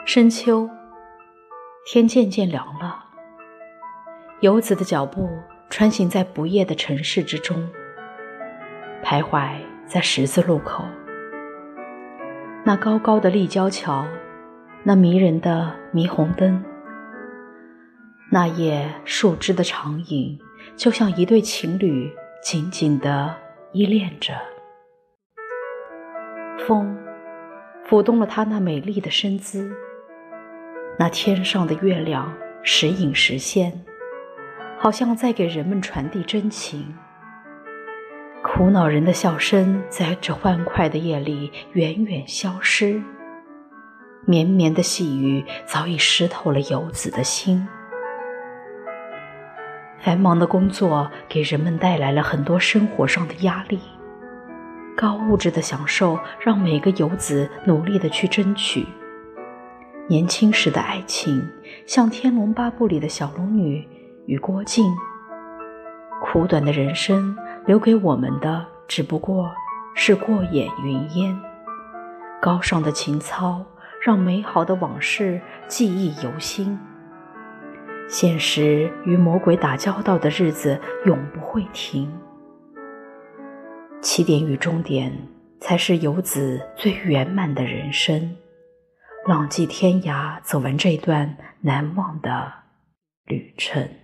深秋，天渐渐凉了，游子的脚步穿行在不夜的城市之中，徘徊在十字路口。那高高的立交桥，那迷人的霓虹灯，那叶树枝的长影，就像一对情侣紧紧地依恋着。风抚动了她那美丽的身姿，那天上的月亮时隐时现，好像在给人们传递真情。苦恼人的笑声在这欢快的夜里远远消失，绵绵的细雨早已湿透了游子的心。繁忙的工作给人们带来了很多生活上的压力，高物质的享受让每个游子努力地去争取。年轻时的爱情像《天龙八部》里的小龙女与郭靖，苦短的人生留给我们的只不过是过眼云烟，高尚的情操让美好的往事记忆犹新。现实与魔鬼打交道的日子永不会停，起点与终点才是游子最圆满的人生。浪迹天涯，走完这段难忘的旅程。